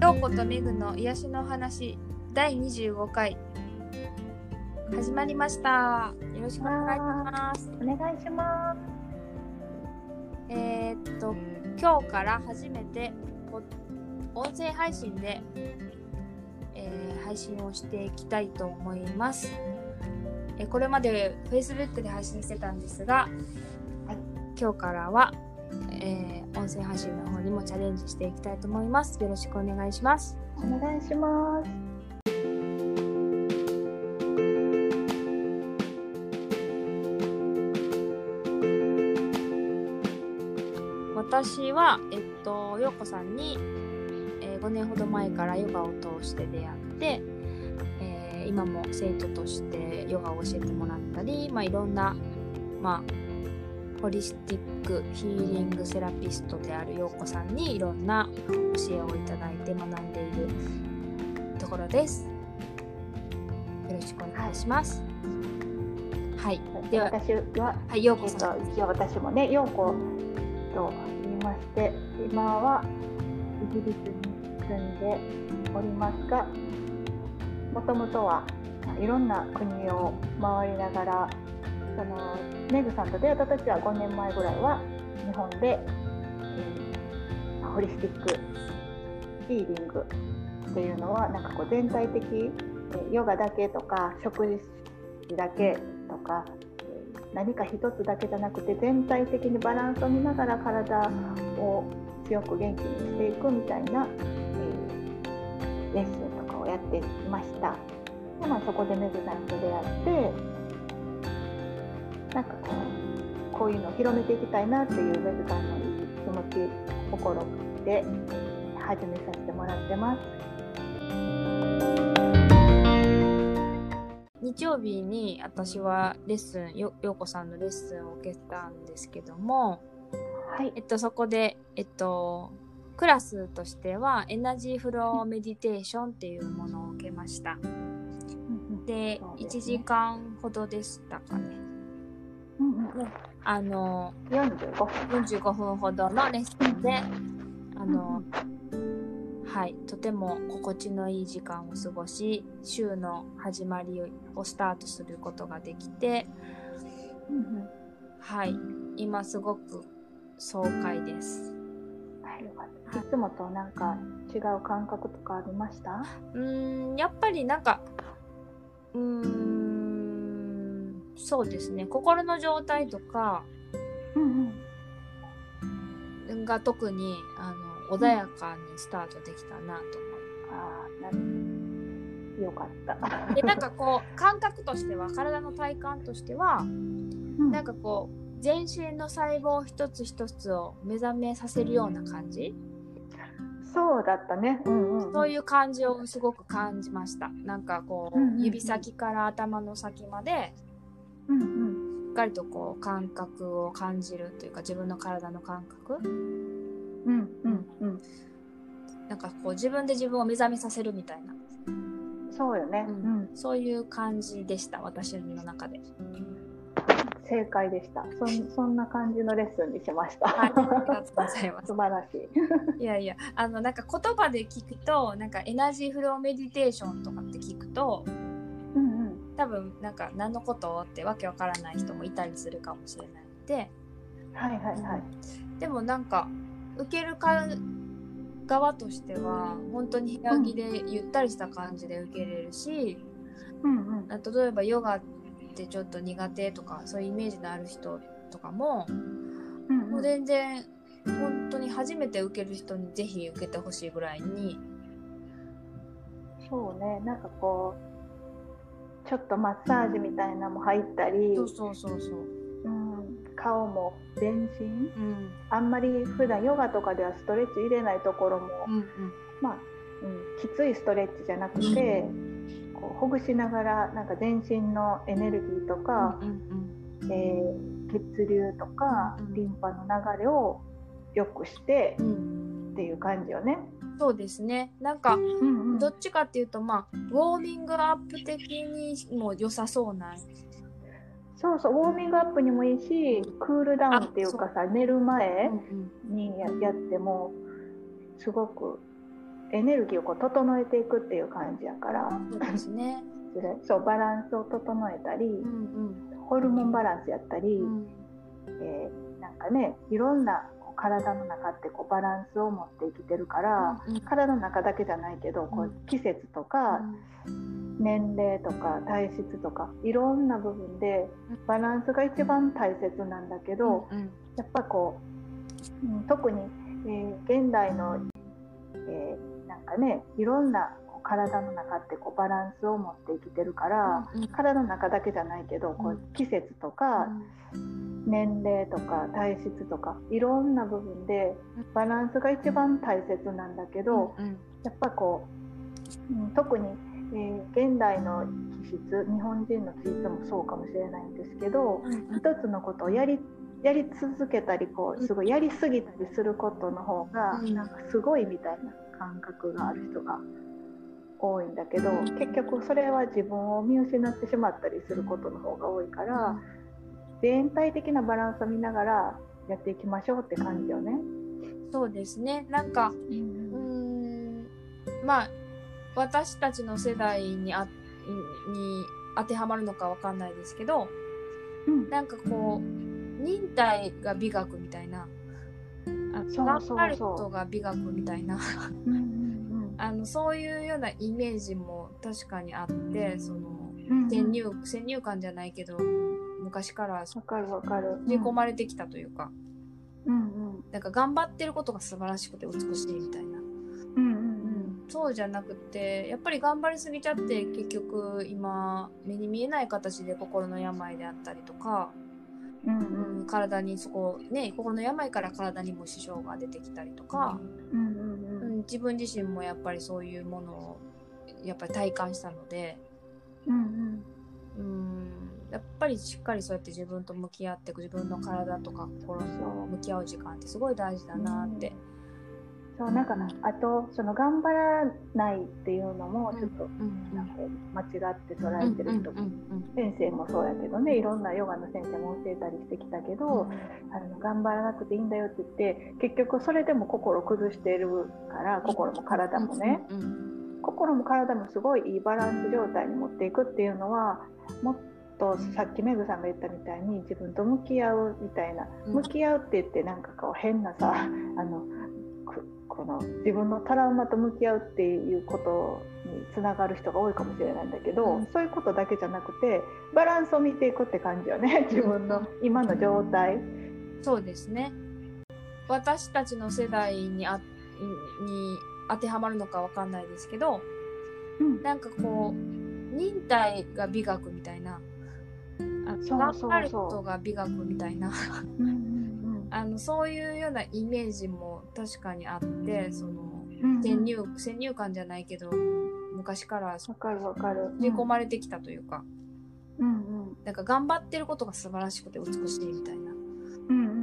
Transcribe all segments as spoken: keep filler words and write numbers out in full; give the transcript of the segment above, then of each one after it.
ようことめぐの癒しの話だいにじゅうごかい始まりました。よろしくお願いします。 お願いします。 えー、っと今日から初めて音声配信で、えー、配信をしていきたいと思います。えー、これまで Facebook で配信してたんですが、はい、今日からは、えー、音声配信の方にもチャレンジしていきたいと思います。よろしくお願いします。 お願いします。 私は、えっと、ようこさんに、えー、ごねんほど前からヨガを通して出会って、えー、今も生徒としてヨガを教えてもらったり、まあ、いろんな、まあ、ホリスティックヒーリングセラピストであるようこさんにいろんな教えをいただいて学んでいるところです。よろしくお願いします。はい、はい、 では私は、 はい、ようこさん、 えー、と一応私もね、ようこと言いまして、今はイギリスに住んでおりますが、もともとはいろんな国を回りながら、そのメグさんと出会った時はごねんまえぐらいは日本で、えー、ホリスティックヒーリングっていうのはなんかこう全体的、ヨガだけとか食事だけとか何か一つだけじゃなくて、全体的にバランスを見ながら体を強く元気にしていくみたいな、えー、レッスンとかをやっていました。で、まあ、そこでメグさんと出会って、なんかこう、こういうのを広めていきたいなっていうメグさんの気持ち、心で始めさせてもらってます。 日曜日に私はレッスン、ようこさんのレッスンを受けたんですけども、はい、えっとそこでえっとクラスとしてはエナジーフローメディテーションっていうものを受けました。で、いちじかんほどでしたかね。うんうん、あのよんじゅうごふんよんじゅうごふんほどのレッスンで、あの、はい、とても心地のいい時間を過ごし、週の始まりをスタートすることができて、うんうん、はい、今すごく爽快です。 はい、よかった。いつもとなんか違う感覚とかありました？ うーん、やっぱりなんか、うーん、そうですね、心の状態とか、うんうん、が特にあの穏やかにスタートできたなと思います。 ああ、なるよかったで、なんかこう感覚としては、体の体感としては、うん、なんかこう全身の細胞一つ一つを目覚めさせるような感じ。 そうだったね、うんうんうん、 そういう感じをすごく感じました。なんかこう、うんうんうん、指先から頭の先まで、うんうん、しっかりとこう感覚を感じるというか、自分の体の感覚、うんうんうん、なんかこう自分で自分を目覚めさせるみたいな。 そうよね、 うんうん、そういう感じでした、私の中で。 正解でした。 そ, そんな感じのレッスンにしました。 はい、ありがとうございます。 素晴らしい。 いやいや、あのなんか言葉で聞くと、なんかエナジーフローメディテーションとかって聞くと、うんうん、多分なんか何のことってわけわからない人もいたりするかもしれないので、 はいはいはい、 うん、でもなんか受けるか側としては本当に部屋着でゆったりした感じで受けれるし、うんうん、例えばヨガってちょっと苦手とかそういうイメージのある人とかも、うんうん、もう全然本当に初めて受ける人にぜひ受けてほしいぐらいに。 そうね、なんかこうちょっとマッサージみたいなのも入ったり、 そうそうそうそう、 うん、顔も全身、うん、あんまり普段ヨガとかではストレッチ入れないところも、うんうん、まあ、うん、きついストレッチじゃなくて、うん、こうほぐしながらなんか全身のエネルギーとか、うんうんうん、えー、血流とか、うんうん、リンパの流れを良くして、うん、っていう感じよね。 そうですね。なんか、うんうん、どっちかっていうと、まあ、ウォーミングアップ的にも良さそうな。 そうそう、ウォーミングアップにもいいし、クールダウンっていうかさ、寝る前に や,、やってもすごくエネルギーをこう整えていくっていう感じやからそうですね。 そうバランスを整えたり、 うんうんホルモンバランスやったり、 うんえーなんかねいろんなこう体の中ってこうバランスを持って生きてるから、 うんうん体の中だけじゃないけどこう季節とか、年齢とか体質とかいろんな部分でバランスが一番大切なんだけど、 うんうんやっぱこう、うん、特に、えー現代の、えーなんかねいろんなこう体の中ってこうバランスを持って生きてるから、 うんうん体の中だけじゃないけどこう季節とか、年齢とか体質とかいろんな部分でバランスが一番大切なんだけど、 うんうんやっぱこう、うん、特に、えー現代の気質日本人の気質もそうかもしれないんですけど、 うんうん一つのことをやりやり続けたりこうすごいやりすぎたりすることの方がうんなんかすごいみたいな感覚がある人が多いんだけど、結局それは自分を見失ってしまったりすることの方が多いから、全体的なバランスを見ながらやっていきましょうって感じよね。 そうですね。なんかうーんまあ私たちの世代にあに当てはまるのかわかんないですけど、 うんなんかこう忍耐が美学みたいな、あそう頑そうそう張ることが美学みたいなうんうんあのそういうようなイメージも確かにあって、そのうん先入先入観じゃないけど昔からわかるわかる刷り込まれてきたというか、 うんうんなんか頑張ってることが素晴らしくて美しいみたいな、 うんうんそうじゃなくてやっぱり頑張りすぎちゃって結局今目に見えない形で心の病であったりとか、 うんううんん、体にそこね心の病から体にも支障が出てきたりとか、 うんうんうん、自分自身もやっぱりそういうものをやっぱり体感したので、 うんうんやっぱりしっかりそうやって自分と向き合って自分の体とか心と向き合う時間ってすごい大事だなって、 そうなんかなあとその頑張らないっていうのもちょっとうんなんか間違って捉えてる人も、 うんうん先生もそうやけどねいろんなヨガの先生も教えたりしてきたけど、あの頑張らなくていいんだよって言って結局それでも心を崩しているから心も体もね、 うんうん心も体もすごいいいバランス状態に持っていくっていうのはもっとさっきメグさんが言ったみたいに自分と向き合うみたいな、 うん向き合うって言ってなんかこう変なさあのこの自分のトラウマと向き合うっていうことにつながる人が多いかもしれないんだけど、うん、そういうことだけじゃなくてバランスを見ていくって感じよね自分の今の状態。 そうですね。私たちの世代にあに当てはまるのかわかんないですけど、うん、なんかこう忍耐が美学みたいな、あそう頑張ることが美学みたいなうんうん、 あのそういうようなイメージも確かにあって、その先入、うん、先入観じゃないけど昔からわかるわかる刷り込まれてきたというか、 うんうん、 なんか頑張ってることが素晴らしくて美しいみたいな、 うんうんうん、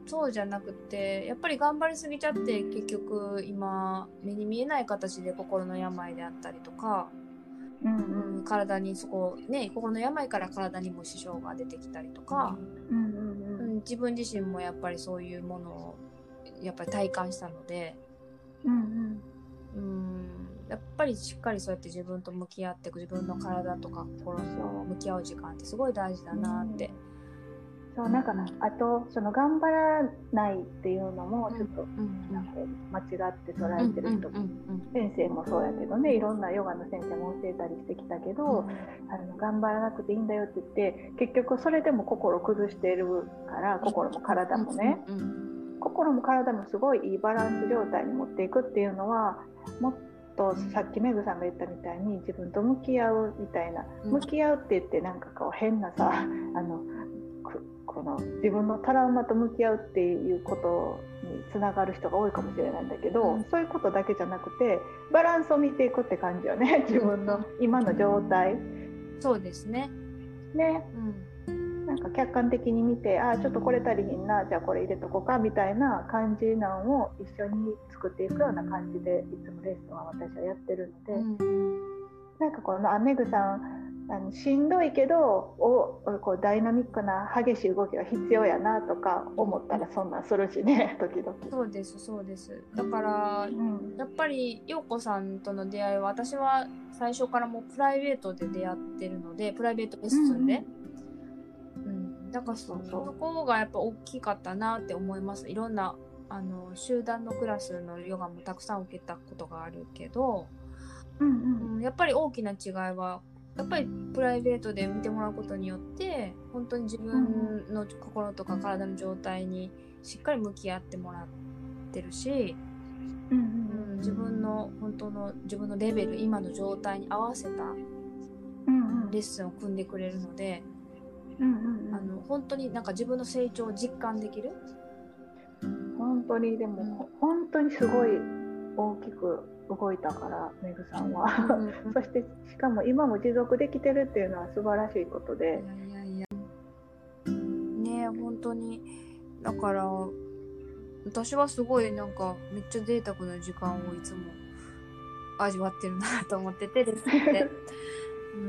そうじゃなくてやっぱり頑張りすぎちゃって結局今目に見えない形で心の病であったりとか、うんうん、体にそこね心の病から体にも支障が出てきたりとか、 うんうんうんうん、自分自身もやっぱりそういうものをやっぱり体感したので、 うんうん、やっぱりしっかりそうやって自分と向き合って自分の体とか心と向き合う時間ってすごい大事だなって、 うん、そうなんかなあとその頑張らないっていうのもちょっとなんか間違って捉えてる人も、先生もそうやけどねいろんなヨガの先生も教えたりしてきたけど、あの頑張らなくていいんだよって言って結局それでも心を崩しているから心も体もね、うんうん、心も体もすごいいいバランス状態に持っていくっていうのはもっとさっきメグさんが言ったみたいに自分と向き合うみたいな、うん、向き合うって言ってなんかこう変なさあのこの自分のトラウマと向き合うっていうことにつながる人が多いかもしれないんだけど、うん、そういうことだけじゃなくてバランスを見ていくって感じよね自分の今の状態。 そうですね。 ね、うん、なんか客観的に見てあちょっとこれ足りひんなじゃあこれ入れとこうかみたいな感じなんを一緒に作っていくような感じでいつもレッスンは私はやってるので、うん、なんかこのあメグさんあのしんどいけどおこうダイナミックな激しい動きが必要やなとか思ったらそんなんするしね時々。 そうですそうです。だから、うん、やっぱり陽子さんとの出会いは私は最初からもうプライベートで出会ってるので、プライベートレッスンで、うんうん、だからそこがやっぱ大きかったなって思います。いろんなあの集団のクラスのヨガもたくさん受けたことがあるけど、うんうんうん、やっぱり大きな違いはやっぱりプライベートで見てもらうことによって本当に自分の心とか体の状態にしっかり向き合ってもらってるし、うんうんうん、自分の本当の自分のレベル今の状態に合わせたレッスンを組んでくれるので、うんうんうん、あの本当になんか自分の成長を実感できる。 本当にでも、うん、本当にすごい大きく動いたからめぐさんは、うん、そしてしかも今も持続できてるっていうのは素晴らしいことで、 いやいやいやねえ本当にだから私はすごいなんかめっちゃ贅沢な時間をいつも味わってるなと思っててですね、うん、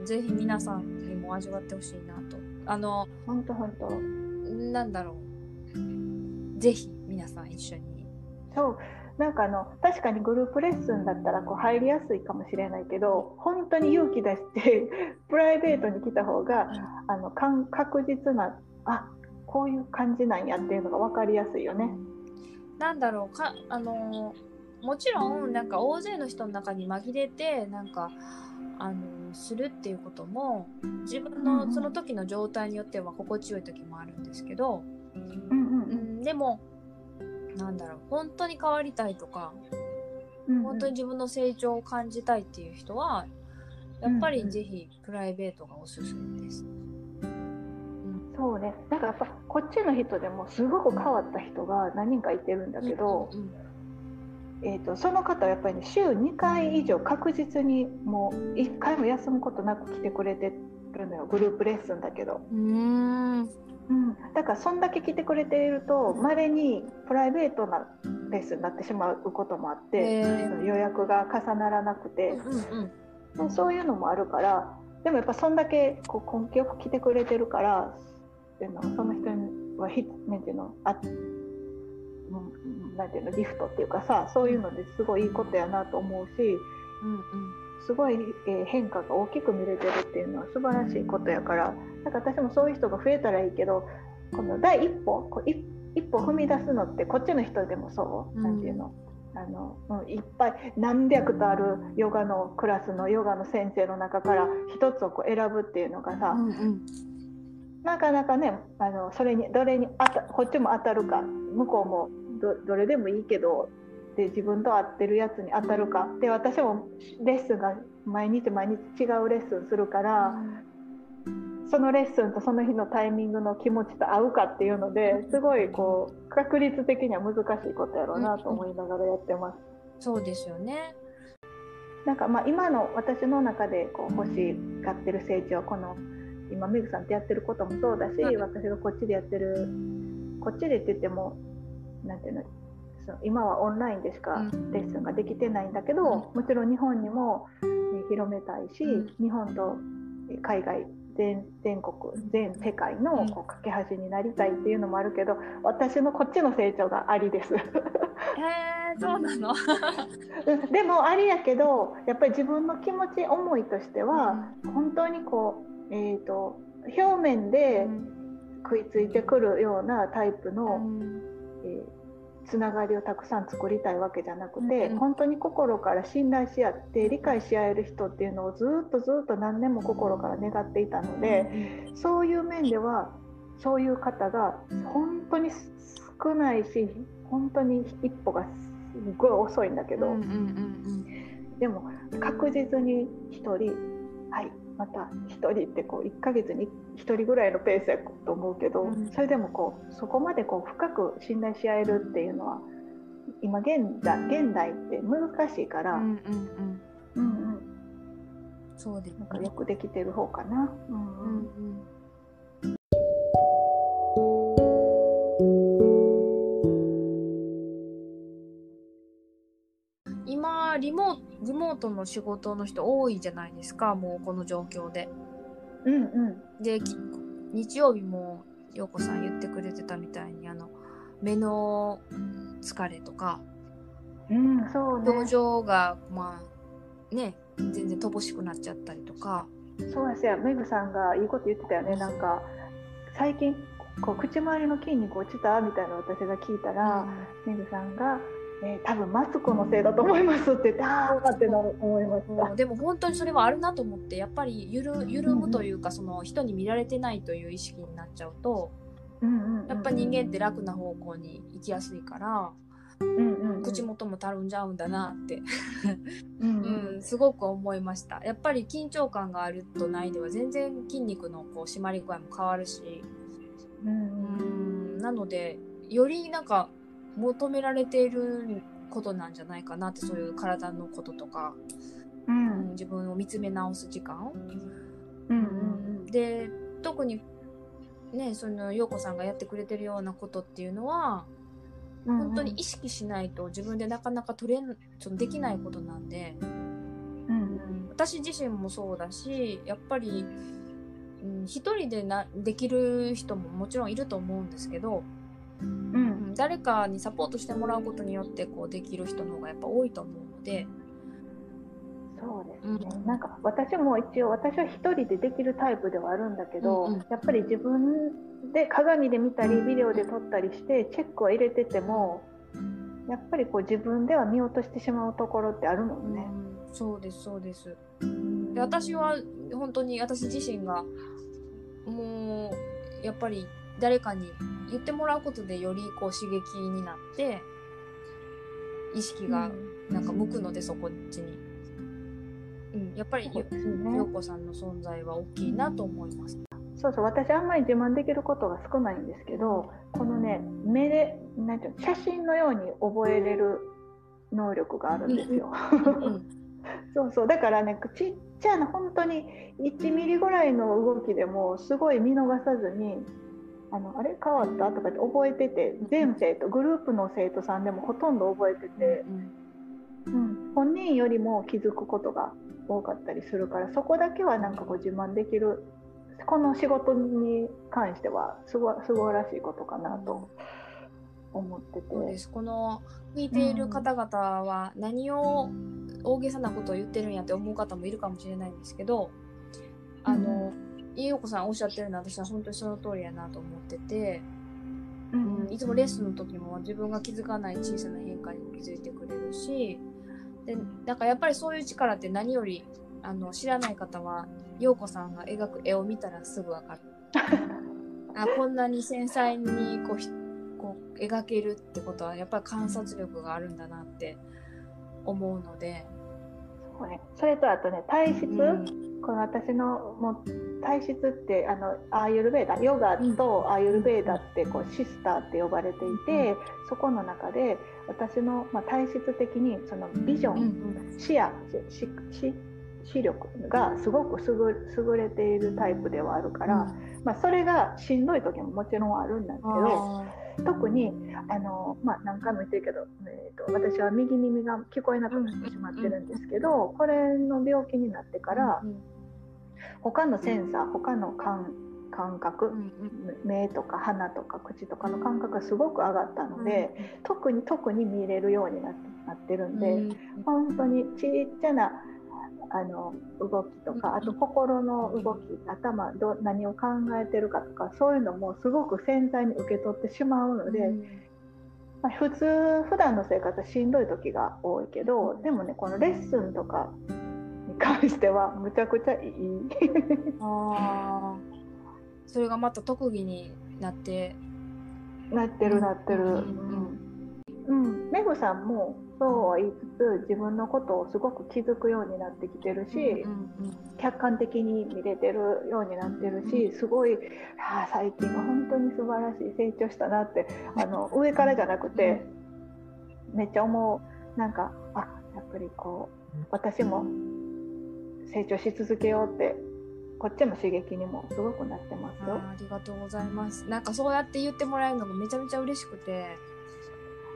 ぜひ皆さんにも味わってほしいなと。あの本当本当なんだろう、ぜひ皆さん一緒に。 そうなんかあの確かにグループレッスンだったらこう入りやすいかもしれないけど、本当に勇気出してプライベートに来た方が、うん、あの確実なあこういう感じなんやっていうのが分かりやすいよね。 なんだろうかあのもちろんなんか大勢の人の中に紛れてなんかあのするっていうことも自分のその時の状態によっては心地よい時もあるんですけど、うんうんうん、でもなんだろう本当に変わりたいとか、うんうん、本当に自分の成長を感じたいっていう人はやっぱりぜひプライベートがおすすめです。 そうね、なんかやっぱこっちの人でもすごく変わった人が何人かいてるんだけど、うんうんえー、とその方はやっぱり、ね、週にかい以上確実にもういっかいも休むことなく来てくれてるのよ、グループレッスンだけど。うーん、うん、だからそんだけ来てくれていると稀にプライベートなレッスンになってしまうこともあって予約が重ならなくて、うんうん、そういうのもあるから、でもやっぱそんだけこう根気よく来てくれてるからその人はなんていうのあなんていうのギフトっていうかさ、そういうのですごいいいことやなと思うし、うんうん、すごい、えー、変化が大きく見れてるっていうのは素晴らしいことやから、なんか私もそういう人が増えたらいいけど、この第一歩こう一一歩踏み出すのってこっちの人でもそう、うん、なんていうのあの、うん、いっぱい何百とあるヨガのクラスのヨガの先生の中から一つをこう選ぶっていうのがさ、うんうんなかなかね、あのそれにどれにあたこっちも当たるか向こうも ど, どれでもいいけどで自分と合ってるやつに当たるかで、私もレッスンが毎日毎日違うレッスンするから、うん、そのレッスンとその日のタイミングの気持ちと合うかっていうのですごいこう確率的には難しいことやろうなと思いながらやってます。 うん、そうですよね。 なんかまあ今の私の中でこう欲しがってる成長、この今メグさんってやってることもそうだし、うん、私がこっちでやってるこっちでって言ってもなんていうの、その今はオンラインでしかレッスンができてないんだけど、うん、もちろん日本にも、ね、広めたいし、うん、日本と海外 全, 全国全世界のこう架け橋になりたいっていうのもあるけど、私のこっちの成長がありです。へー、そうなの。 でもありやけどやっぱり自分の気持ち思いとしては、うん、本当にこうえーと、表面で食いついてくるようなタイプの、うんえー、つながりをたくさん作りたいわけじゃなくて、うん、本当に心から信頼し合って理解し合える人っていうのをずっとずっと何年も心から願っていたので、うん、そういう面ではそういう方が本当に少ないし、本当に一歩がすごい遅いんだけど、うんうんうんうん、でも確実に一人はいまたひとりってこういっかげつにひとりぐらいのペースやと思うけど、うん、それでもこうそこまでこう深く信頼し合えるっていうのは今 現, 代現代って難しいから、うんうんうんうんうん、そうですね、なんかよくできてる方かな、うんうんうん今今リモリモートの仕事の人多いじゃないですか、もうこの状況で。 うんうんで日曜日も陽子さん言ってくれてたみたいに、あの目の疲れとか、 うん、そうね、 表情がまあね全然乏しくなっちゃったりとか。 そうやせや、メグさんがいいこと言ってたよね。なんか最近こう口周りの筋肉落ちたみたいな私が聞いたら、うん、メグさんが、えー、多分マスクのせいだと思いますって言って、ああって思いました。 でも本当にそれはあるなと思って、やっぱりゆる緩むというか、うん、その人に見られてないという意識になっちゃうと、うんうんうん、やっぱ人間って楽な方向に行きやすいから、うんうんうん、口元もたるんじゃうんだなってうん、うん、すごく思いました。やっぱり緊張感があるとないでは全然筋肉のこう締まり具合も変わるし、うん、うんなのでよりなんか求められていることなんじゃないかなって、そういう体のこととか、うんうん、自分を見つめ直す時間、うんうん、で特にね、その陽子さんがやってくれてるようなことっていうのは本当に意識しないと自分でなかなか取れんそのできないことなんで、うんうん、私自身もそうだし、やっぱり、うん、一人でなできる人ももちろんいると思うんですけど、うん、誰かにサポートしてもらうことによってこうできる人の方がやっぱ多いと思うので。 そうですね、うん、なんか私も一応私は一人でできるタイプではあるんだけど、うんうん、やっぱり自分で鏡で見たりビデオで撮ったりしてチェックは入れてても、やっぱりこう自分では見落としてしまうところってあるもんね、 うん、そうですそうです。で私は本当に私自身がもうやっぱり誰かに言ってもらうことでよりこう刺激になって意識がなんか向くので、そこっちに、うん、やっぱり陽子さんの存在は大きいなと思います。 そうそう、私あんまり自慢できることが少ないんですけど、このね目でなんていうの、写真のように覚えれる能力があるんですよ、うんうん、そうそう、だからねちっちゃな本当にいちミリぐらいの動きでもすごい見逃さずに、あのあれ変わったとかって覚えてて、全生徒グループの生徒さんでもほとんど覚えてて、うんうん、本人よりも気づくことが多かったりするから、そこだけはなんかこう自慢できる、この仕事に関してはすごすごらしいことかなと思ってて。 そうです。この聞いている方々は何を大げさなことを言ってるんやって思う方もいるかもしれないんですけど、あの陽子さんおっしゃってるのは私は本当にその通りやなと思ってて、うんうん、いつもレッスンの時も自分が気づかない小さな変化にも気づいてくれるし、でだからやっぱりそういう力って何よりあの知らない方は陽子さんが描く絵を見たらすぐ分かるあ、こんなに繊細にこうこう描けるってことはやっぱり観察力があるんだなって思うので、 そうね、それとあとね体質、うん、この私のもう体質ってあのアーユルヴェーダ、ヨガとアーユルヴェーダってこうシスターって呼ばれていて、うん、そこの中で私の、まあ、体質的にそのビジョン、うん、視野視視視力がすごく優れているタイプではあるから、うんまあ、それがしんどい時ももちろんあるんだけど、特にあの、まあ、何回も言ってるけど、えーと、私は右耳が聞こえなくなってしまってるんですけど、これの病気になってから他のセンサー、他の感感覚、目とか鼻とか口とかの感覚がすごく上がったので、特に特に見れるようになって、なってるんで、本当にちっちゃなあの動きとか、あと心の動き、頭ど何を考えてるかとか、そういうのもすごく繊細に受け取ってしまうので、うんまあ、普通普段の生活はしんどい時が多いけど、でもねこのレッスンとかに関してはむちゃくちゃいいあそれがまた特技になってなってるなってる、うんうん、メグさんもそうは言いつつ自分のことをすごく気づくようになってきてるし、うんうんうん、客観的に見れてるようになってるし、すごいあ最近は本当に素晴らしい成長したなってあの上からじゃなくてめっちゃ思う。なんかあやっぱりこう私も成長し続けようってこっちの刺激にもすごくなってますよ。 あ, ありがとうございます。なんかそうやって言ってもらえるのがめちゃめちゃ嬉しくて、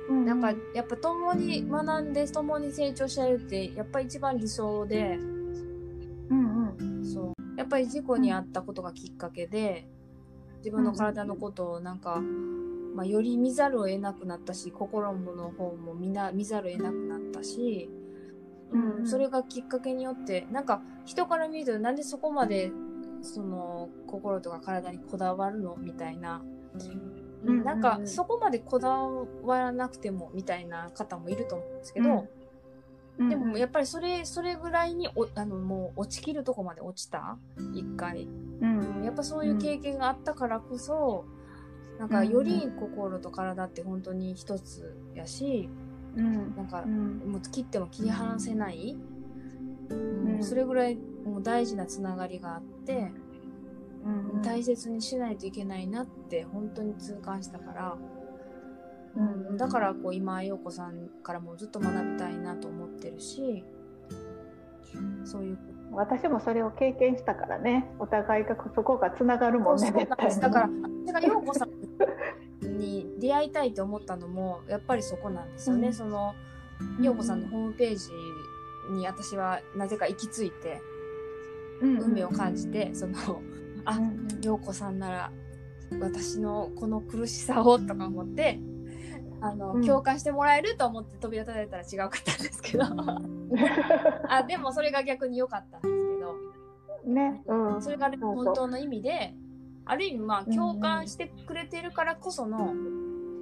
うんうん、 なんかやっぱ共に学んで共に成長し合えるってやっぱり一番理想で、 うんうん、 そうやっぱり事故に遭ったことがきっかけで自分の体のことをなんか、まあ、より見ざるを得なくなったし、心の方も見な見ざるを得なくなったし、うんうん、それがきっかけによってなんか人から見るとなんでそこまでその心とか体にこだわるのみたいな、うん、なんかそこまでこだわらなくてもみたいな方もいると思うんですけど、うん、でもやっぱりそれそれぐらいにおあのもう落ちきるとこまで落ちた一回、うん、やっぱそういう経験があったからこそ、なんかより心と体って本当に一つやし、うん、なんか、うん、もう切っても切り離せない、うんうん、それぐらいもう大事なつながりがあって、うん、大切にしないといけないなって本当に痛感したから、うん、だからこう今陽子さんからもずっと学びたいなと思ってるし、そういう私もそれを経験したからね、お互いがそこがつながるもんね。 そうなんです。だから私が陽子さんに出会いたいと思ったのもやっぱりそこなんですよね、うん、その陽子さんのホームページに私はなぜか行き着いて、うん、運命を感じて、そのあ、陽子さんなら私のこの苦しさをとか思ってあの、うん、共感してもらえると思って扉叩いたら違うかったんですけどあ、でもそれが逆に良かったんですけどね、 うん、それが本当の意味で、ある意味まあ共感してくれてるからこその、うん、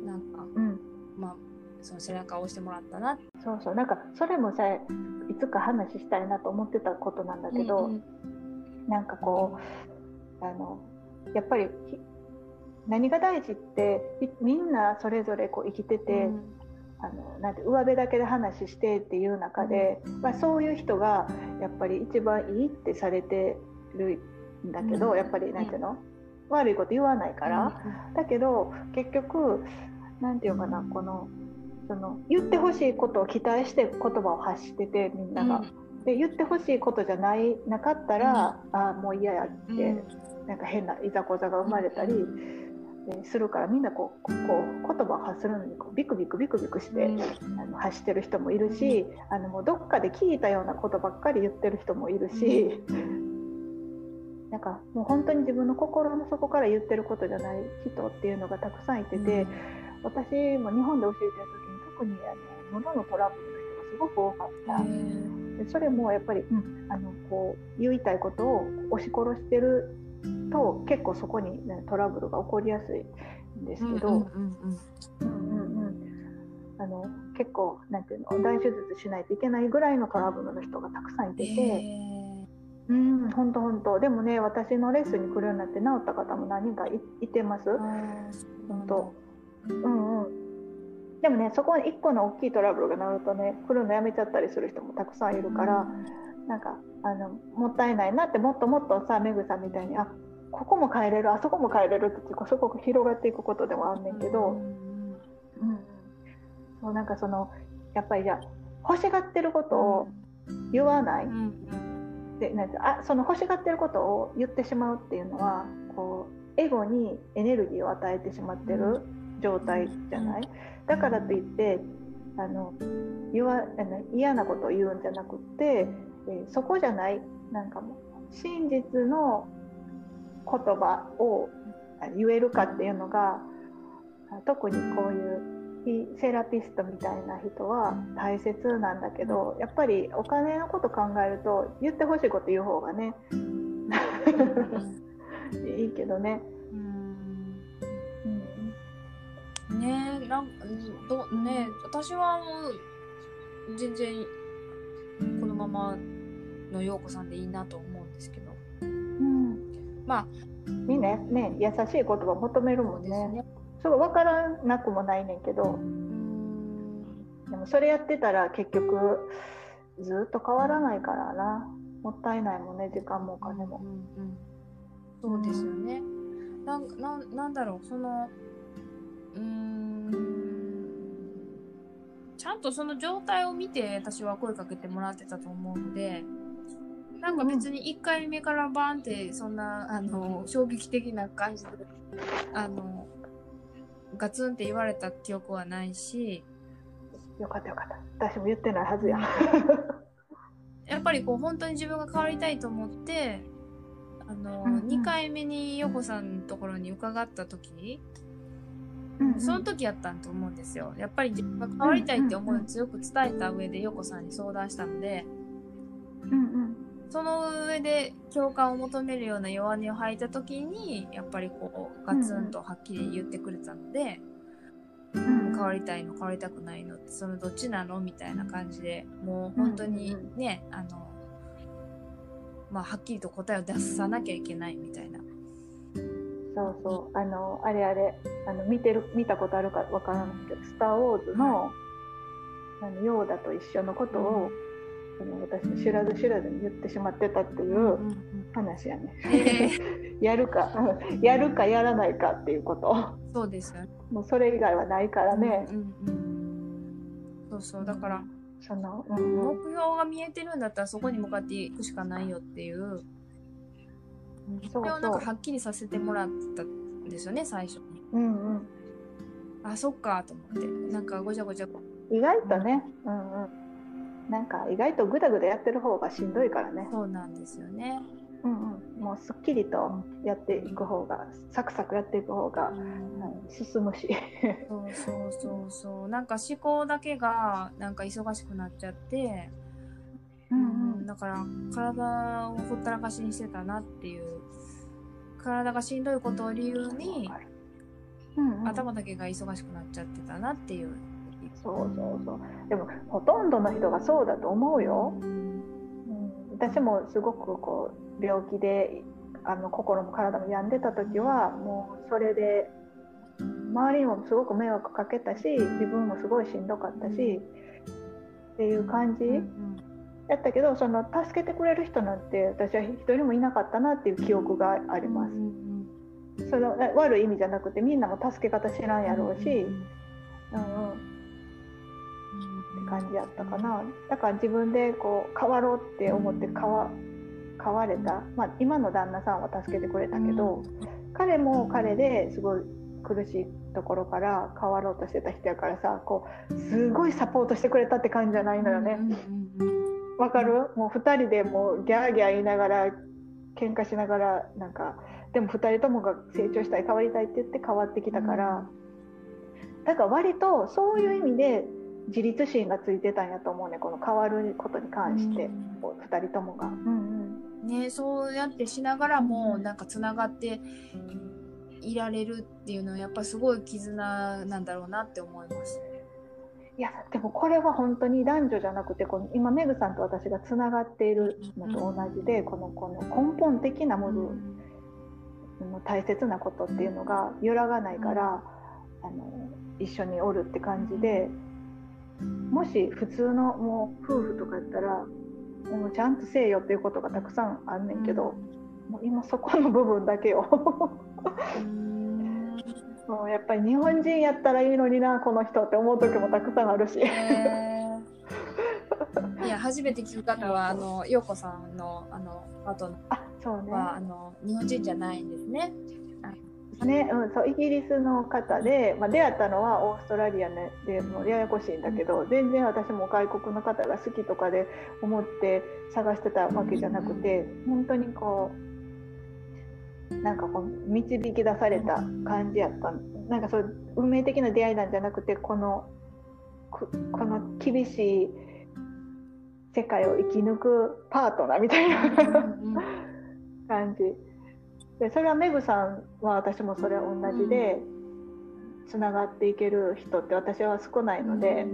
なんか、うん、まあその背中を押してもらったな。 そうそう、なんかそれもさ、いつか話したいなと思ってたことなんだけど、うんうん、なんかこうあのやっぱり何が大事ってみんなそれぞれこう生きてて、うん、あのなんて上辺だけで話してっていう中で、うん、まあ、そういう人がやっぱり一番いいってされてるんだけど、うん、やっぱりなんていうの、うん、悪いこと言わないから、うん、だけど結局なんていうかな、このその言ってほしいことを期待して言葉を発しててみんなが、うん、で言ってほしいことじゃないなかったら、うん、ああもう嫌やって、うん、なんか変ないざこざが生まれたりするから、みんなこう、こう言葉を発するのにこうビクビクビクビクして、うん、あの発してる人もいるし、うん、あのもうどっかで聞いたようなことばっかり言ってる人もいるし、うん、なんかもう本当に自分の心の底から言ってることじゃない人っていうのがたくさんいてて、うん、私も日本で教えてる時に特にあの喉のトラブルの人がすごく多かった。でそれもやっぱり、うん、あのこう言いたいことを押し殺してると結構そこに、ね、トラブルが起こりやすいんですけど、結構なんていうの、大手術しないといけないぐらいのトラブルの人がたくさんいてて、うん、本当本当。でもね、私のレッスンに来るようになって治った方も何人か い, いてます。本当。うんうん。でもね、そこにいっこの大きいトラブルが治るとね、来るのやめちゃったりする人もたくさんいるから、なんかあのもったいないなって、もっともっとさ、めぐさんみたいに、あ、ここも変えれる、あそこも変えれるってすごく広がっていくことでもあんねんけど、うんうん、そうなんかそのやっぱりじゃあ欲しがってることを言わない、うん、でなんかあその欲しがってることを言ってしまうっていうのはこうエゴにエネルギーを与えてしまってる状態じゃない。だからといってあの言わあの嫌なことを言うんじゃなくて、えー、そこじゃないなんかもう真実の言葉を言えるかっていうのが特にこういうセラピストみたいな人は大切なんだけど、やっぱりお金のこと考えると言ってほしいこと言う方がねいいけどね。 うん、ねえ、なんどね私は全然このままの陽子さんでいいなと思うんですけど、うん、まあみんなね優しい言葉求めるもんね。すごい分からなくもないねんけど、うーんでもそれやってたら結局ずっと変わらないからな。もったいないもんね、時間もお金も、 うんうん、そうですよね。な な, なんだろうそのうーんちゃんとその状態を見て私は声かけてもらってたと思うので、なんか別にいっかいめからバーンってそんなあの衝撃的な感じであのガツンって言われた記憶はないし、 よかったよかった。私も言ってないはずや。 やっぱりこう本当に自分が変わりたいと思ってあの、うんうん、にかいめにヨコさんのところに伺った時、うんうん、その時やったんと思うんですよ。やっぱり自分が変わりたいって思いを強く伝えた上でヨコさんに相談したので、うんうん、その上で共感を求めるような弱音を吐いた時にやっぱりこうガツンとはっきり言ってくれたので、うんうん、変わりたいの変わりたくないのってそのどっちなのみたいな感じでもう本当にね、うんうん、あのまあはっきりと答えを出さなきゃいけないみたいな。 そうそうあのあれあれあの見てる見たことあるかわからないけどスター・ウォーズの、はい、あのヨーダと一緒のことを、うん、あの私の知らず知らずに言ってしまってたっていう話やね、うんうんえー、やるかやるかやらないかっていうことそうですよね。 もうそれ以外はないからね、 うんうんうん、そうそうだから、 その、 うん、目標が見えてるんだったらそこに向かっていくしかないよっていうそれをなんかはっきりさせてもらったんですよね最初に、うんうん、あそっかと思ってなんかごちゃごちゃ意外とね、うんうん、なんか意外とグダグダやってる方がしんどいからね。 そうなんですよね、 うんうん、もうすっきりとやっていく方がサクサクやっていく方が、うん、進むしそうそうそうそうなんか思考だけがなんか忙しくなっちゃって、うんうん、だから体をほったらかしにしてたなっていう体がしんどいことを理由に、うんうん、頭だけが忙しくなっちゃってたなっていう。 そうそうそうでもほとんどの人がそうだと思うよ、うん、私もすごくこう病気であの心も体も病んでた時はもうそれで周りにもすごく迷惑かけたし自分もすごいしんどかったしっていう感じやったけどその助けてくれる人なんて私は一人もいなかったなっていう記憶があります、うんうん、その悪い意味じゃなくてみんなも助け方知らんやろうし、うんうんって感じやったかな。だから自分でこう変わろうって思って変わ、変われた、まあ、今の旦那さんは助けてくれたけど、彼も彼ですごい苦しいところから変わろうとしてた人やからさこうすごいサポートしてくれたって感じじゃないのよね。わかる？もうふたりでもうギャーギャー言いながら喧嘩しながらなんかでもふたりともが成長したい変わりたいって言って変わってきたからだから割とそういう意味で自立心がついてたんやと思うねこの変わることに関してふたりともが、うんうんね、そうやってしながらもなんかつながっていられるっていうのはやっぱすごい絆なんだろうなって思います。 いやでもこれは本当に男女じゃなくてこの今メグさんと私がつながっているのと同じで、うん、このこの根本的なもの、うん、大切なことっていうのが揺らがないから、うん、あの一緒におるって感じでもし普通のもう夫婦とかやったらもうちゃんとせえよっていうことがたくさんあんねんけど、うん、もう今そこの部分だけをもうやっぱり日本人やったらいいのになこの人って思う時もたくさんあるし、えー、いや初めて聞く方はあの陽子さんのあのパートナーはあそう、ね、 あの日本人じゃないんですね。 ねうん、そうイギリスの方で、まあ、出会ったのはオーストラリアでもうややこしいんだけど、うん、全然私も外国の方が好きとかで思って探してたわけじゃなくて、うん、本当にこうなんかこう導き出された感じやったなんかそう運命的な出会いなんじゃなくてこのこの厳しい世界を生き抜くパートナーみたいな感じでそれはメグさんは私もそれは同じでつながっていける人って私は少ないので、うんうん、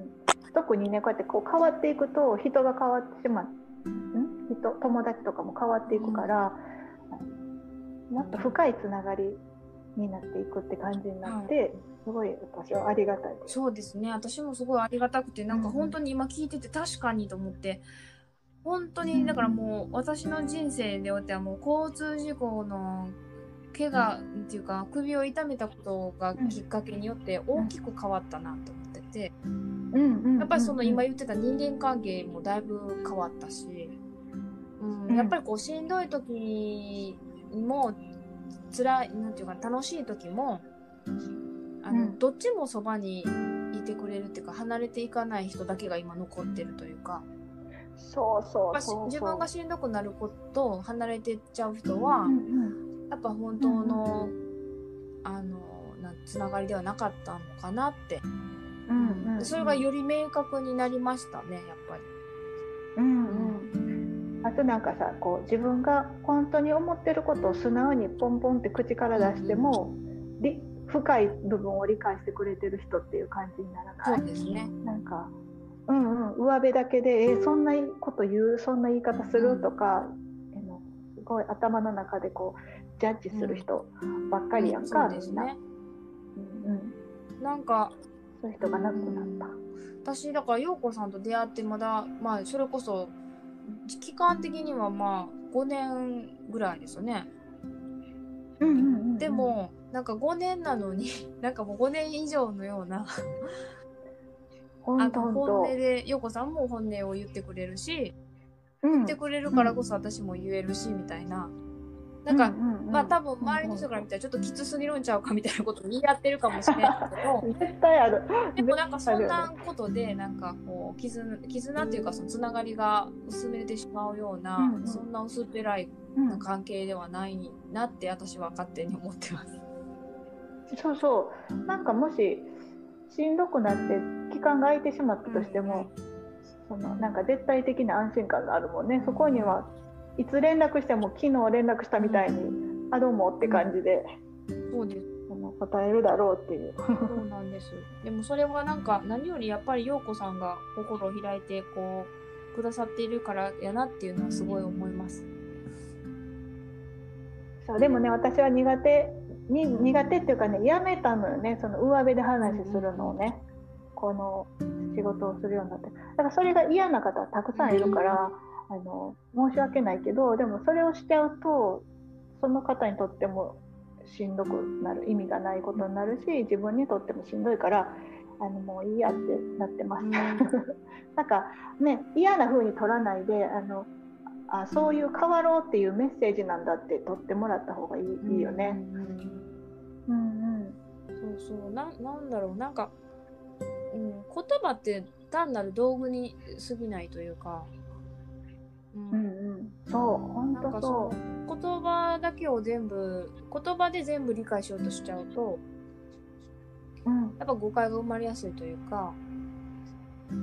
特にねこうやってこう変わっていくと人が変わってしまう人友達とかも変わっていくから、うん、もっと深いつながりになっていくって感じになって、はい、すごい私はありがたいです。 そうですね私もすごいありがたくてなんか本当に今聞いてて確かにと思って、うん、本当にだからもう私の人生においてはもう交通事故の怪我っていうか首を痛めたことがきっかけによって大きく変わったなと思ってて、やっぱりその今言ってた人間関係もだいぶ変わったし、うん、やっぱりこうしんどい時も辛いなんていうか楽しい時もあの、うん、どっちもそばにいてくれるっていうか、離れていかない人だけが今残ってるというか、 そうそうそうそう。 自分がしんどくなること離れてっちゃう人は、 うんうん、 やっぱ本当の、うん、あのなつながりではなかったのかなって、 うんうんうん、 それがより明確になりましたね、やっぱり。 うんうん、あとなんかさ、こう自分が本当に思ってることを素直にポンポンって口から出しても、うんうん、深い部分を理解してくれてる人っていう感じにならない？ そうですね。 なんか、うんうん、上辺だけで、えー、そんなこと言う、そんな言い方するとか、うん、すごい頭の中でこうジャッジする人ばっかりやんか、 うん、そうですね。 うんうん、なんかそういう人がなくなった。 私だから陽子さんと出会ってまだ、まあそれこそ期間的にはまあごねんぐらいですよね。 うんうんうんうん、 でもなんかごねんなのになんかもうごねん以上のようなあの本音で陽子さんも本音を言ってくれるし、うん、言ってくれるからこそ私も言えるしみたいな。なんか、うんうんうん、まあ多分周りの人から見たらちょっときつすぎるんちゃうかみたいなことを言い合ってるかもしれないけど絶対ある。 でもなんかそんなことでなんかこう絆絆っていうかそのつながりが薄めてしまうような、うんうん、そんな薄っぺらいな関係ではないなって私は勝手に思ってます。 そうそう、なんかもししんどくなって期間が空いてしまったとしても、うんうん、そのなんか絶対的な安心感があるもんね。そこにはいつ連絡しても昨日連絡したみたいに、うん、あどうもって感じで、 うん、そうです、 答えるだろうっていう。 そうなんです。でもそれはなんか何よりやっぱり陽子さんが心を開いてこうくださっているからやなっていうのはすごい思います。 そうでもね、私は苦手に苦手っていうかね、やめたのよね、その上辺で話するのをね、うん、この仕事をするようになって。だからそれが嫌な方たくさんいるから、うん、あの申し訳ないけど、でもそれをしちゃうとその方にとってもしんどくなる、意味がないことになるし、自分にとってもしんどいから、あのもういいやってなってます。うん、なんかね、嫌な風に取らないで、あのあそういう変わろうっていうメッセージなんだって取ってもらった方がいい、いいよね。うんうん、 そうそう、な、なんだろう、なんか、うん、言葉って単なる道具に過ぎないというか、 うんうんうん、そう本当そう。 言葉だけを全部言葉で全部理解しようとしちゃうと、うん、やっぱ誤解が生まれやすいというか、うん、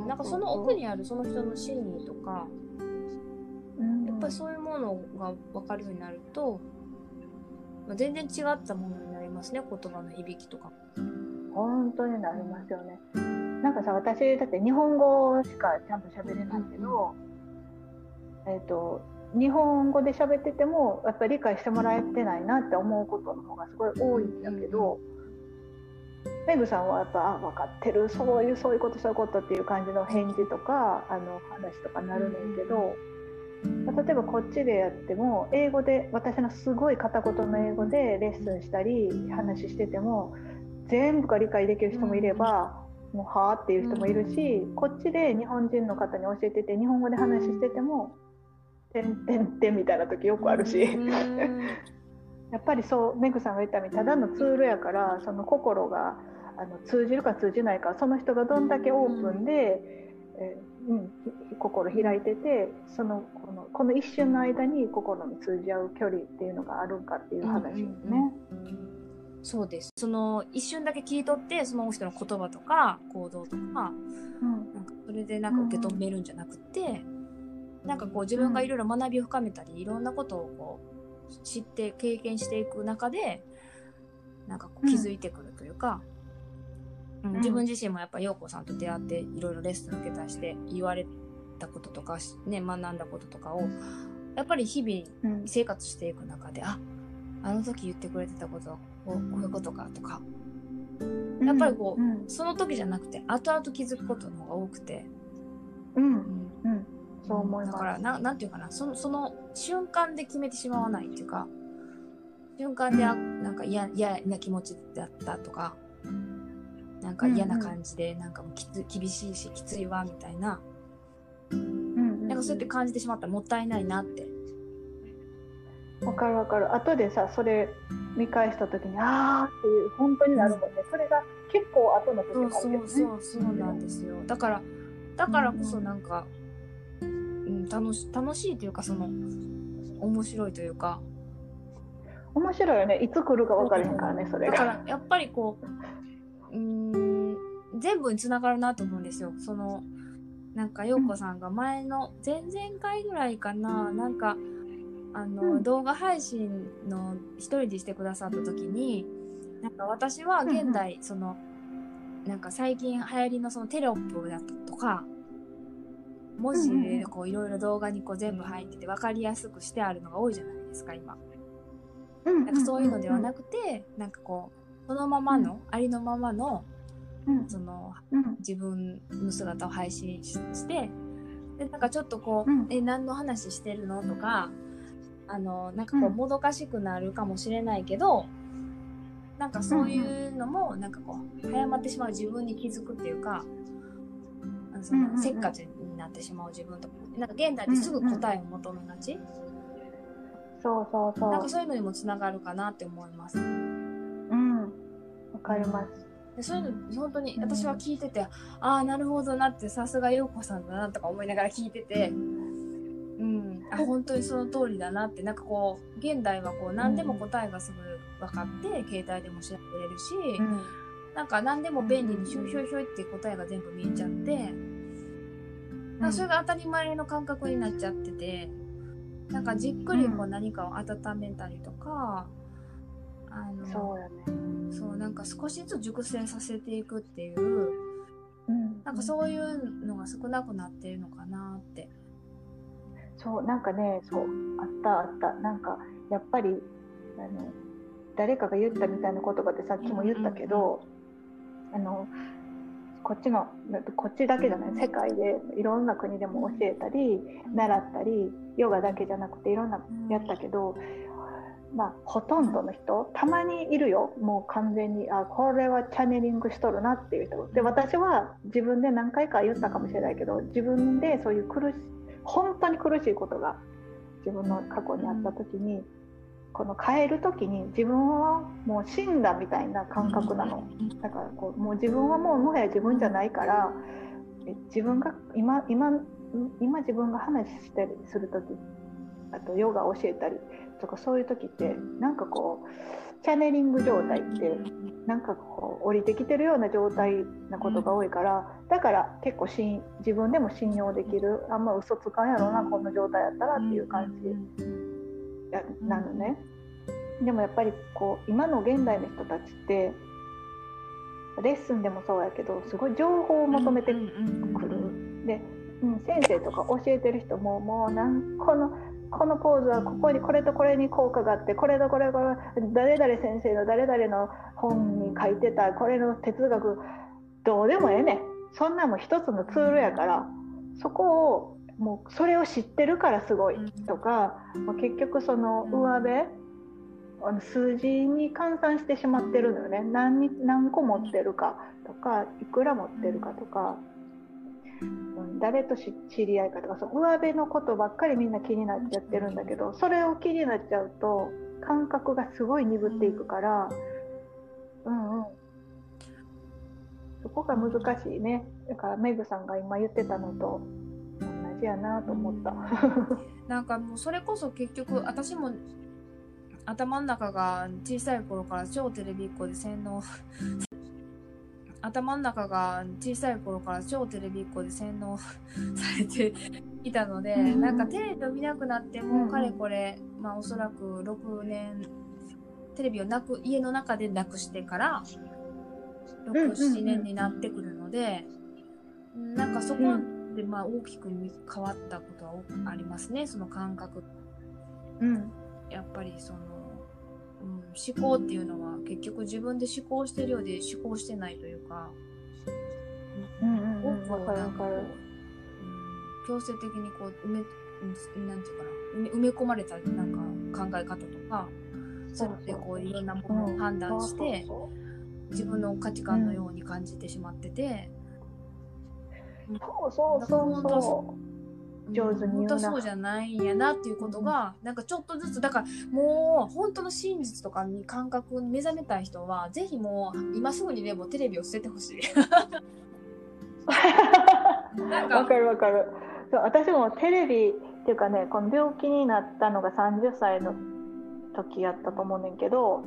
なんかその奥にあるその人の真意とか、うん、やっぱりそういうものが分かるようになると、まあ、全然違ったものになりますね、言葉の響きとか。 本当になりますよね。なんかさ、私だって日本語しかちゃんと喋れないけど、うん、えっと日本語で喋っててもやっぱり理解してもらえてないなって思うことの方がすごい多いんだけど、メグさんはやっぱあ分かってる、そういうそういうことそういうことっていう感じの返事とかあの話とかなるねんけど、例えばこっちでやっても英語で、私のすごい片言の英語でレッスンしたり話してても全部が理解できる人もいれば、もうはーっていう人もいるし、こっちで日本人の方に教えてて日本語で話しててもてんてんてんみたいな時よくあるしやっぱりそう、メグさんが言ったみたいにただのツールやから、その心があの通じるか通じないか、その人がどんだけオープンで、えーうん、心開いてて、そのこのこの一瞬の間に心に通じ合う距離っていうのがあるかっていう話ですね。うんうんうん、 そうです。その一瞬だけ切り取ってその人の言葉とか行動とか、うん、なんかそれでなんか受け止めるんじゃなくて、うん、なんかこう自分がいろいろ学びを深めたり、いろんなことをこう知って経験していく中でなんかこう気づいてくるというか、うんうん、自分自身もやっぱ陽子さんと出会っていろいろレッスン受けたりして言われたこととか、ね、学んだこととかをやっぱり日々生活していく中で、うん、ああの時言ってくれてたことはこう、こういうことかとか、やっぱりこう、うん、その時じゃなくて後々気づくことの方が多くて、 うんうんうん、そう思います。 だからな、なんていうかな、その、その瞬間で決めてしまわないっていうか、瞬間であなんか嫌な気持ちだったとか、なんか嫌な感じで、なんかもうきつ厳しいしきついわみたいな、うんうん、なんかそうやって感じてしまったらもったいないなって。 わかるわかる。後でさそれ見返した時にあーっていう本当になるもんね、うん、それが結構後の時もあるけどね。 そうそうそうそうなんですよ。だからだからこそなんか、うん、楽し楽しいというかその面白いというか面白いよね。いつ来るか分からへんからねそれが。 だからやっぱりこう、うーん全部につながるなと思うんですよ。そのなんか陽子さんが前の前々回ぐらいかな、なんかあの、うん、動画配信の一人でしてくださった時になんか私は現代、うんうん、そのなんか最近流行りのそのテロップだとか文字でこういろいろ動画にこう全部入ってて分かりやすくしてあるのが多いじゃないですか今。なんかそういうのではなくてなんかこうそのままの、うん、ありのままの、うん、その、うん、自分の姿を配信してでなんかちょっとこう、うん、え何の話してるのとかあのなんかこうもどかしくなるかもしれないけど、なんかそういうのもなんかこう早まってしまう自分に気づくっていうか、そのせっかちになってしまう自分とか、なんか現代ってすぐ答えを求めがち、うんうん、 そうそうそう、 なんかそういうのにもつながるかなって思います。うん、 わかります。 でそういうの本当に私は聞いてて、うん、ああなるほどなって、さすが陽子さんだなとか思いながら聞いてて、うん、あ本当にその通りだなって。なんかこう現代はこう何でも答えがすぐ分かって、うん、携帯でも調べれるし、うん、なんか何でも便利にひょいひょいひょいって答えが全部見えちゃって、うん、なんかそれが当たり前の感覚になっちゃってて、なんかじっくりこう何かを温めたりとか、うん、あのそうやね、 そうなんか少しずつ熟成させていくっていう、うん、なんかそういうのが少なくなってるのかなって。 そうなんかね、そうあったあった、なんかやっぱりあの誰かが言ったみたいな言葉でさっきも言ったけど、うんうんうん、あのこっちのこっちだけじゃない、世界でいろんな国でも教えたり習ったり、ヨガだけじゃなくていろんなやったけど、まあほとんどの人、たまにいるよ、もう完全にあこれはチャネリングしとるなっていう人で、私は自分で何回か言ったかもしれないけど、自分でそういう苦し本当に苦しいことが自分の過去にあった時に、この変える時に自分はもう死んだみたいな感覚なの。だからこうもう自分はもうもはや自分じゃないから、自分が今今今自分が話したりする時、あとヨガを教えたりとかそういう時ってなんかこうチャネリング状態ってなんかこう降りてきてるような状態なことが多いから、だから結構し自分でも信用できる、あんま嘘つかんやろなこの状態やったらっていう感じなのね。でもやっぱりこう今の現代の人たちってレッスンでもそうやけどすごい情報を求めてくる。で、うん、先生とか教えてる人ももうなんこのこのポーズはここにこれとこれに効果があって、これとこれこれ誰々先生の誰々の本に書いてたこれの哲学どうでもええねん、そんなも一つのツールやから、そこをもうそれを知ってるからすごいとか、まあ、結局その上辺あの数字に換算してしまってるのよね。 何, 何個持ってるかとかいくら持ってるかとか、誰と知り合いかとか、その上辺のことばっかりみんな気になっちゃってるんだけど、それを気になっちゃうと感覚がすごい鈍っていくから、うんうん、そこが難しいね。だからメグさんが今言ってたのと同じやなと思ったなんかもうそれこそ結局私も頭の中が小さい頃から超テレビっ子で洗脳頭の中が小さい頃から超テレビっ子で洗脳されていたので、うん、なんかテレビを見なくなっても、うん、かれこれ、まあ、おそらくろくねんテレビをなく家の中でなくしてからろく、ななねんになってくるので、うん、なんかそこでまあ大きく変わったことはありますね、その感覚、うん、やっぱりそのうん、思考っていうのは結局自分で思考してるようで思考してないというか、 うんうんうん、 多くをなんかこう、うん、強制的にこう埋め、なんていうかな、埋め、埋め込まれたなんか考え方とか、そうやってこういろんなものを判断して自分の価値観のように感じてしまってて、 そうそうそうそう、 上手に言うな、 本当はそうじゃないんやなっていうことが、うん、なんかちょっとずつだからもう本当の真実とかに感覚に目覚めたい人はぜひもう今すぐにねもうテレビを捨ててほしい。 なんかわかるわかる。そう私もテレビっていうかねこの病気になったのがさんじゅっさいの時やったと思うねんけど、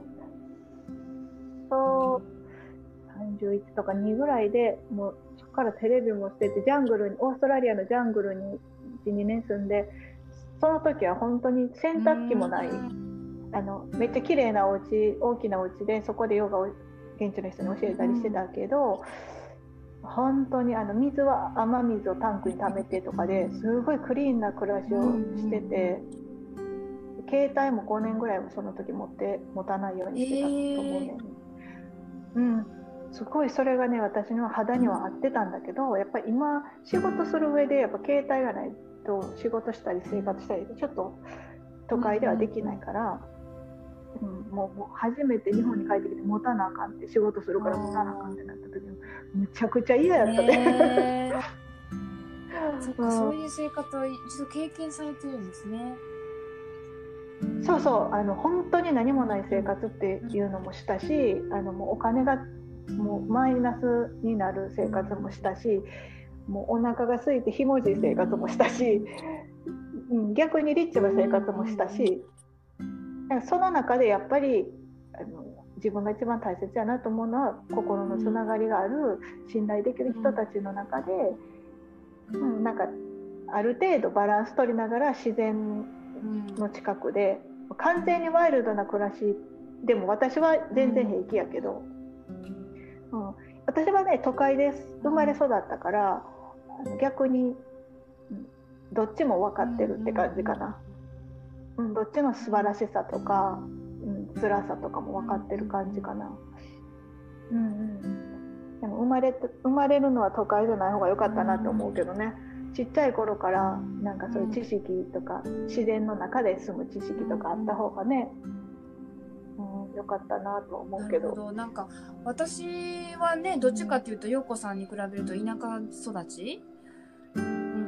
そうさんじゅういちとかにぐらいでもうそこからテレビも捨ててジャングルにオーストラリアのジャングルにいちにねん住んで、その時は本当に洗濯機もない、あのめっちゃ綺麗なお家大きなお家でそこでヨガを現地の人に教えたりしてたけど、本当にあの水は雨水をタンクに溜めてとかですごいクリーンな暮らしをしてて、携帯もごねんぐらいもその時持って持たないようにしてたと思うね、えー、うんすごいそれがね私の肌には合ってたんだけど、やっぱり今仕事する上でやっぱ携帯がないと仕事したり生活したりちょっと都会ではできないから、うんうん、もう、もう初めて日本に帰ってきて持たなあかんって仕事するから持たなあかんってなった時にむちゃくちゃ嫌やったね、 えー、そっか、うん、そういう生活を一度経験されてるんですね。 そうそうあの本当に何もない生活っていうのもしたし、あのもうお金がもうマイナスになる生活もしたし、もうお腹が空いてひもじい生活もしたし、うん、逆にリッチな生活もしたし、その中でやっぱりあの自分が一番大切やなと思うのは心のつながりがある信頼できる人たちの中で、うん、なんかある程度バランス取りながら自然の近くで完全にワイルドな暮らしでも私は全然平気やけど、うん、私はね都会で生まれ育ったから逆にどっちも分かってるって感じかな、うん、どっちの素晴らしさとか、うん、辛さとかも分かってる感じかな、うんうん、でも生まれ、生まれるのは都会じゃない方が良かったなと思うけどね、ちっちゃい頃からなんかそういう知識とか自然の中で住む知識とかあった方がね、うん、よかったなと思うけど。 なるほど。なんか私はねどっちかっていうと陽子さんに比べると田舎育ち、うん、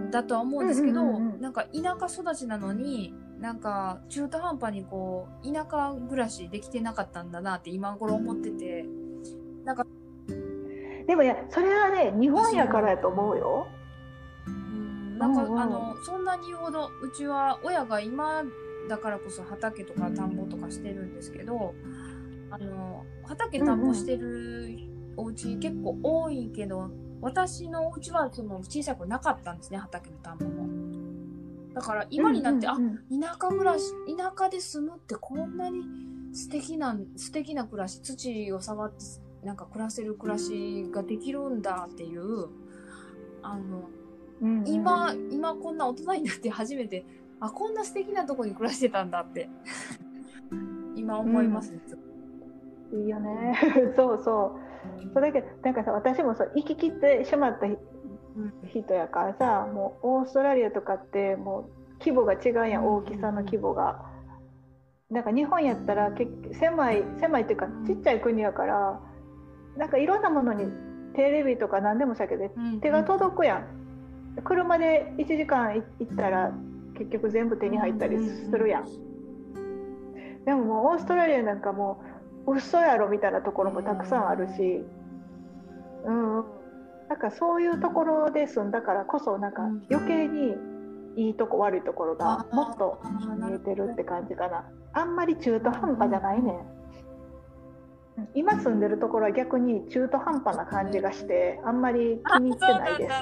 だとは思うんですけど、うんうんうんうん、なんか田舎育ちなのになんか中途半端にこう田舎暮らしできてなかったんだなって今頃思ってて、なんかでもいやそれはね日本やからやと思うよ。 なんか、うんうん、あのそんなに言うほどうちは親が今だからこそ畑とか田んぼとかしてるんですけど、あの畑田んぼしてるお家結構多いけど、うんうん、私のお家はその小さくなかったんですね、畑も田んぼも。だから今になって、うんうんうん、あ田舎暮らし田舎で住むってこんなに素敵な素敵な暮らし、土を触ってなんか暮らせる暮らしができるんだっていうあのうんうん、今, 今こんな大人になって初めてあこんな素敵なとこに暮らしてたんだって今思いますね、 うん、いいよねそうそうそれだけなんかさ私もさ生き切ってしまった人やからさ、もうオーストラリアとかってもう規模が違うやん、大きさの規模が。なんか日本やったら狭い狭いっていうかちっちゃい国やからなんかいろんなものにテレビとか何でもしたけど手が届くやん。車でいちじかん行ったら結局全部手に入ったりするやん。でももうオーストラリアなんかもう嘘やろみたいなところもたくさんあるし、うん、なんかそういうところで住んだからこそなんか余計にいいとこ悪いところがもっと見えてるって感じかな。あんまり中途半端じゃないねん。今住んでるところは逆に中途半端な感じがしてあんまり気に入ってないです。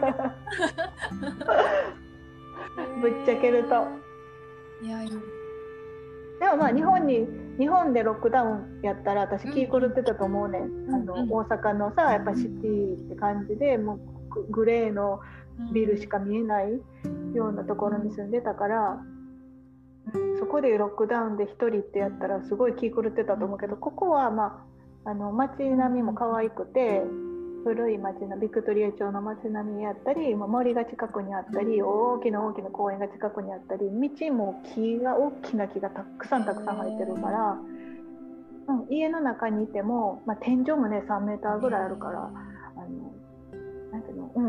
ぶっちゃけると。いやいやでもまあ日本に日本でロックダウンやったら私気狂ってたと思うねん、うん、あの、うん、大阪のさやっぱシティって感じでもうグレーのビルしか見えないようなところに住んでたから、うん、そこでロックダウンで一人ってやったらすごい気狂ってたと思うけど、ここはまあ、あの街並みも可愛くて古い街のビクトリア朝の街並みやったり森が近くにあったり大きな大きな公園が近くにあったり道も木が大きな木がたくさんたくさん生えてるから、うん、家の中にいても、まあ、天井もねさんメーターぐらいあるからあのなんていうの、うん、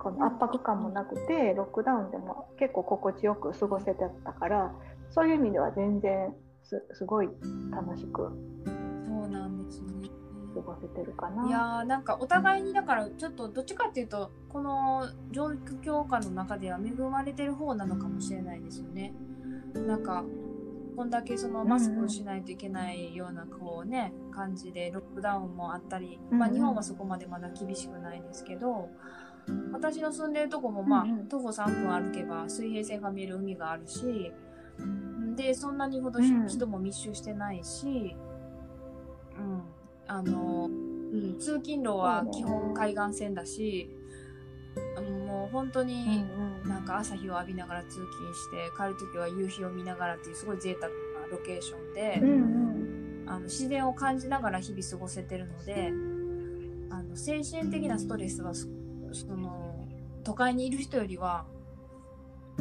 この圧迫感もなくてロックダウンでも結構心地よく過ごせてたから、そういう意味では全然 す, すごい楽しくそうなんですね。 過ごせてるかな。 いやーなんかお互いにだからちょっとどっちかっていうとこの教育教科の中では恵まれてる方なのかもしれないですよね。なんかこんだけそのマスクをしないといけないようなこうね感じでロックダウンもあったり、まあ日本はそこまでまだ厳しくないですけど、私の住んでるとこもまあ徒歩さんぷん歩けば水平線が見える海があるし、でそんなにほど人も密集してないし、うん、あの、うん、通勤路は基本海岸線だし、もう本当になんか朝日を浴びながら通勤して帰るときは夕日を見ながらっていうすごい贅沢なロケーションで、うんうん、あの自然を感じながら日々過ごせてるので、あの精神的なストレスはその都会にいる人よりは、うん、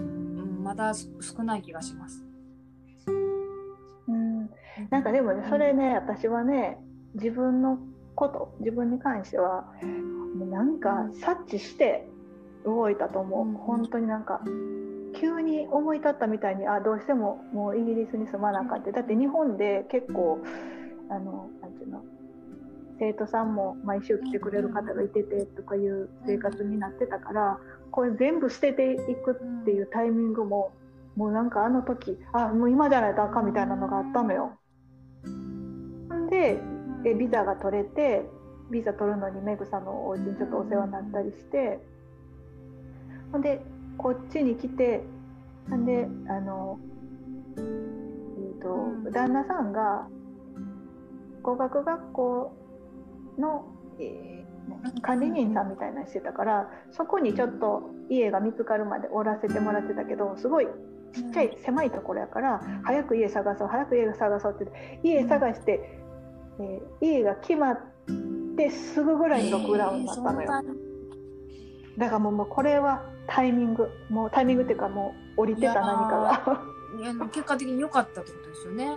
まだ少ない気がします。 うん、なんかでもねそれね、私はね自分のこと自分に関してはもうなんか察知して動いたと思う、うん、本当になんか急に思い立ったみたいにあどうしてももうイギリスに住まなかった、だって日本で結構あのなんていうの生徒さんも毎週来てくれる方がいててとかいう生活になってたから、これ全部捨てていくっていうタイミングももうなんかあの時あもう今じゃないとあかんみたいなのがあったのよ。ででビザが取れてビザ取るのにメグさんのお家にちょっとお世話になったりして、ほんでこっちに来て、んであの、えーと、旦那さんが語学学校の、えー、管理人さんみたいなのしてたから、そこにちょっと家が見つかるまでおらせてもらってたけど、すごいちっちゃい狭いところやから早く家探そう早く家探そうって家探して、えー、家が決まってすぐぐらいにロックダウンになったのよ。だからもう、もうこれはタイミングもうタイミングっていうかもう降りてた何かがいや結果的に良かったってことですよね。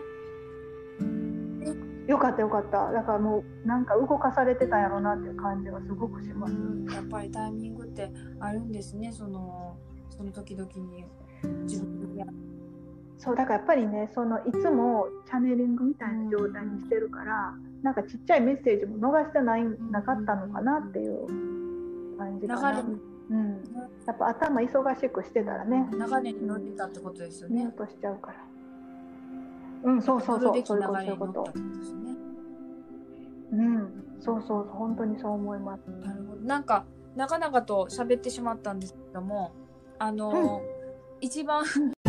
よかったよかった。だからもうなんか動かされてたんやろうなっていう感じがすごくします。 やっぱりタイミングってあるんですね。そのその時々に自分でやそうだからやっぱりねそのいつもチャネリングみたいな状態にしてるから、うん、なんかちっちゃいメッセージも逃してないなかったのかなっていう感じかな。うん、やっぱ頭忙しくしてたらね流れに乗ってたってことですよね。 見落としちゃうから。うんそうそうそうそういうことそういうこと。うん、そうそうそう本当にそう思います。 なるほど。なんか長々と喋ってしまったんですけども、あの、うん、一番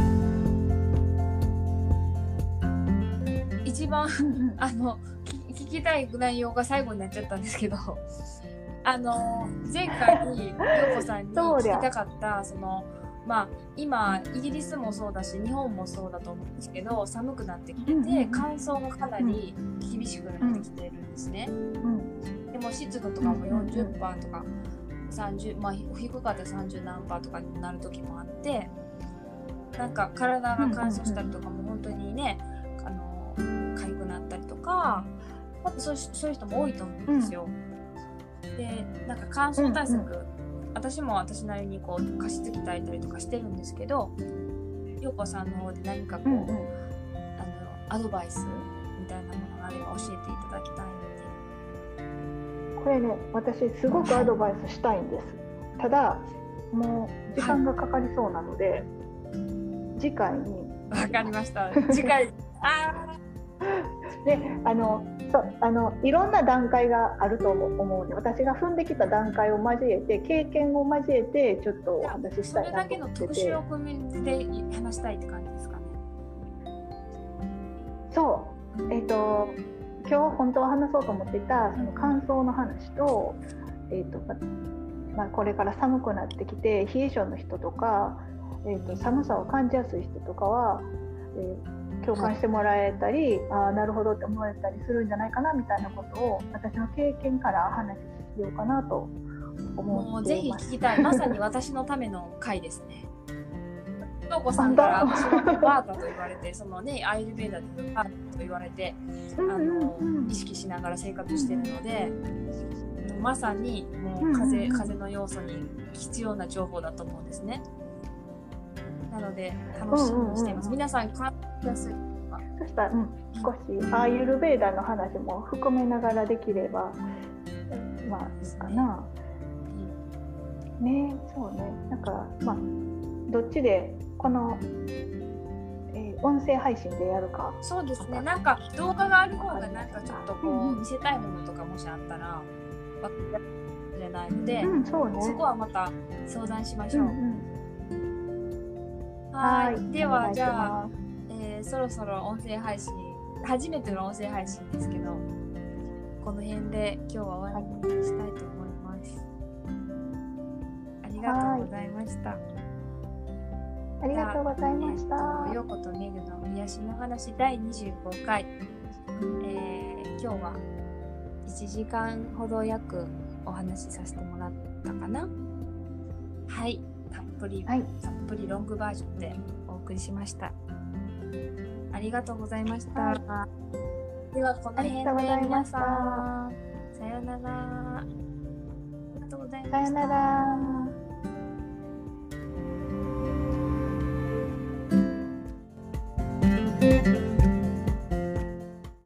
一番あの聞きたい内容が最後になっちゃったんですけど、あの前回に陽子さんに聞きたかったそのまあ今イギリスもそうだし日本もそうだと思うんですけど、寒くなってきてて乾燥がかなり厳しくなってきてるんですね。うん、でも湿度とかも よんじゅっパーセント とかさんじゅう、まあ低かったらさんじゅう何パーとかになる時もあって、なんか体が乾燥したりとかも本当にね、あの痒くなったりとか、多分そういう、そういう人も多いと思うんですよ。でなんか乾燥対策、うんうん、私も私なりにこう加湿器炊いたりとかしてるんですけど、陽子さんの方で何かこう、うんうん、あのアドバイスみたいなものがあれば教えていただきたいので。 これね私すごくアドバイスしたいんです。ただもう時間がかかりそうなので、はい、次回に。 わかりました。次回あであのそうあのいろんな段階があると思うので、私が踏んできた段階を交えて経験を交えてちょっとお話ししたいなと思ってて。それだけの特集を組みで話したいって感じですかね。 そうえっ、ー、と今日本当は話そうと思っていたその乾燥の話と、えーとまあ、これから寒くなってきて冷え性の人とか、えーと寒さを感じやすい人とかは、えー共感してもらえたり、はい、ああなるほどって思えたりするんじゃないかなみたいなことを私の経験から話しようかなと思っています。 もうぜひ聞きたい。まさに私のための回ですね。陽子さんから私はバータと言われてそのねアイルベーダーでバータと言われて、あの、うんうん、意識しながら生活してるので、 まさにもう風、 うんうんうん、 風の要素に必要な情報だと思うんですね。なので楽しみにしています。うんうんうん、皆さん感じやすいか。 そしたら、うん、少しアーユルベーダの話も含めながらできれば、まあいいかな。ね、そうね。なんかまあどっちでこの、えー、音声配信でやるか。 そうですね。なんか動画がある方がなんかちょっとこう、うんうん、見せたいものとかもしあったら分かるじゃないので、 うん、そうね、 そこはまた相談しましょう。うんうん、はい。ではじゃあ、えー、そろそろ音声配信初めての音声配信ですけど、この辺で今日は終わりにしたいと思います。ありがとうございました。 ありがとうございました。 ようことめぐの癒しの話だいにじゅうごかい、えー、今日はいちじかんほど約お話しさせてもらったかな。はい、たっぷり、はい、たっぷりロングバージョンでお送りしました。ありがとうございました。はい、ではこの辺で皆さんさようなら。ありがとうございました。 さようなら。 Thank you.